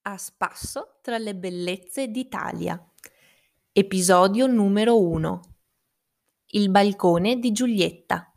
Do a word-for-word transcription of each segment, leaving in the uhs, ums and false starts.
A spasso tra le bellezze d'Italia. Episodio numero uno. Il balcone di Giulietta.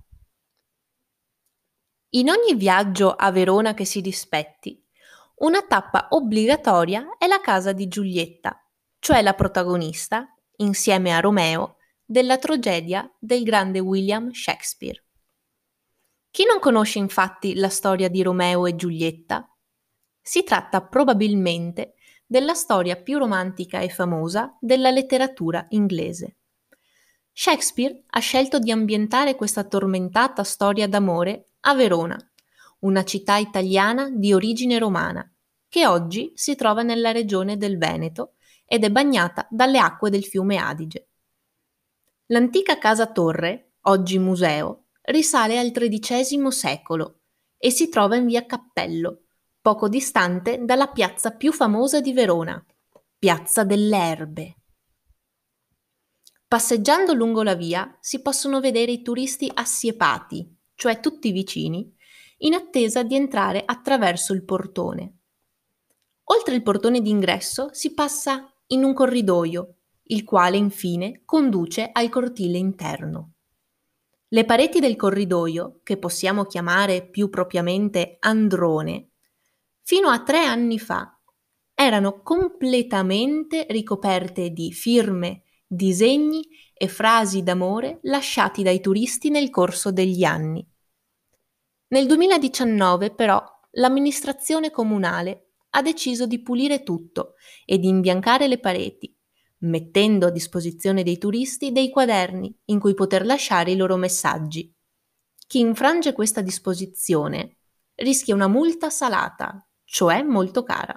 In ogni viaggio a Verona che si rispetti, una tappa obbligatoria è la casa di Giulietta, cioè la protagonista, insieme a Romeo, della tragedia del grande William Shakespeare. Chi non conosce infatti la storia di Romeo e Giulietta? Si tratta probabilmente della storia più romantica e famosa della letteratura inglese. Shakespeare ha scelto di ambientare questa tormentata storia d'amore a Verona, una città italiana di origine romana, che oggi si trova nella regione del Veneto ed è bagnata dalle acque del fiume Adige. L'antica casa torre, oggi museo, risale al tredicesimo secolo e si trova in via Cappello, poco distante dalla piazza più famosa di Verona, Piazza delle Erbe. Passeggiando lungo la via si possono vedere i turisti assiepati, cioè tutti vicini, in attesa di entrare attraverso il portone. Oltre il portone d'ingresso si passa in un corridoio, il quale infine conduce al cortile interno. Le pareti del corridoio, che possiamo chiamare più propriamente androne, fino a tre anni fa erano completamente ricoperte di firme, disegni e frasi d'amore lasciati dai turisti nel corso degli anni. Nel duemiladiciannove, però, l'amministrazione comunale ha deciso di pulire tutto e di imbiancare le pareti, mettendo a disposizione dei turisti dei quaderni in cui poter lasciare i loro messaggi. Chi infrange questa disposizione rischia una multa salata, cioè molto cara.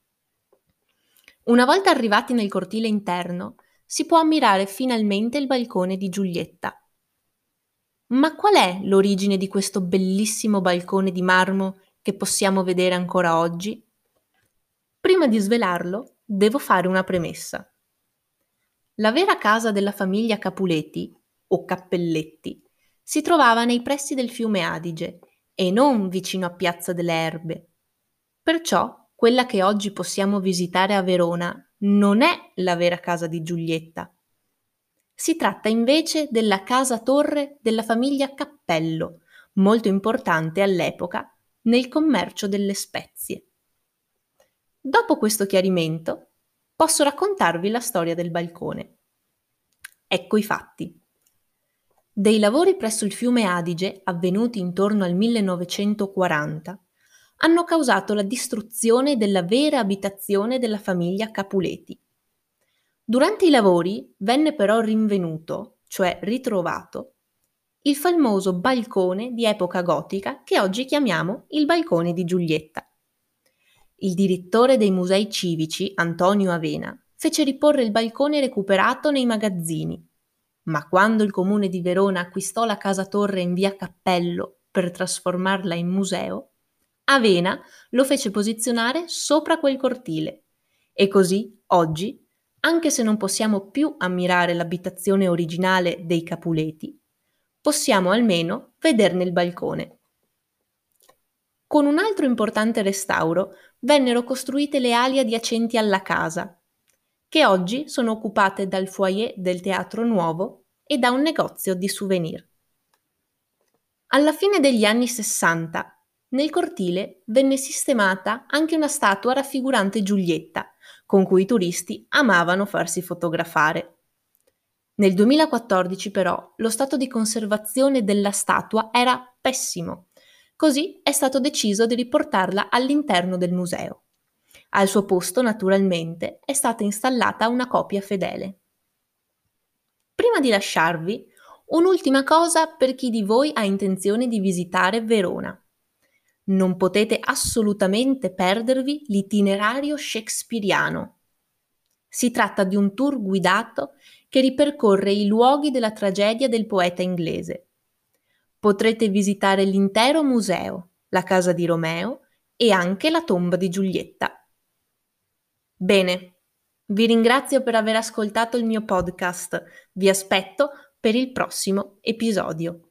Una volta arrivati nel cortile interno, si può ammirare finalmente il balcone di Giulietta. Ma qual è l'origine di questo bellissimo balcone di marmo che possiamo vedere ancora oggi? Prima di svelarlo, devo fare una premessa. La vera casa della famiglia Capuleti, o Cappelletti, si trovava nei pressi del fiume Adige e non vicino a Piazza delle Erbe. Perciò quella che oggi possiamo visitare a Verona non è la vera casa di Giulietta. Si tratta invece della casa torre della famiglia Cappello, molto importante all'epoca nel commercio delle spezie. Dopo questo chiarimento, posso raccontarvi la storia del balcone. Ecco i fatti. Dei lavori presso il fiume Adige, avvenuti intorno al millenovecentoquaranta, hanno causato la distruzione della vera abitazione della famiglia Capuleti. Durante i lavori venne però rinvenuto, cioè ritrovato, il famoso balcone di epoca gotica che oggi chiamiamo il balcone di Giulietta. Il direttore dei musei civici, Antonio Avena, fece riporre il balcone recuperato nei magazzini, ma quando il comune di Verona acquistò la casa torre in via Cappello per trasformarla in museo, Avena lo fece posizionare sopra quel cortile e così oggi, anche se non possiamo più ammirare l'abitazione originale dei Capuleti, possiamo almeno vederne il balcone. Con un altro importante restauro vennero costruite le ali adiacenti alla casa, che oggi sono occupate dal foyer del Teatro Nuovo e da un negozio di souvenir. Alla fine degli anni sessanta, nel cortile venne sistemata anche una statua raffigurante Giulietta, con cui i turisti amavano farsi fotografare. Nel duemilaquattordici però lo stato di conservazione della statua era pessimo, così è stato deciso di riportarla all'interno del museo. Al suo posto, naturalmente, è stata installata una copia fedele. Prima di lasciarvi, un'ultima cosa per chi di voi ha intenzione di visitare Verona. Non potete assolutamente perdervi l'itinerario shakespeariano. Si tratta di un tour guidato che ripercorre i luoghi della tragedia del poeta inglese. Potrete visitare l'intero museo, la casa di Romeo e anche la tomba di Giulietta. Bene, vi ringrazio per aver ascoltato il mio podcast. Vi aspetto per il prossimo episodio.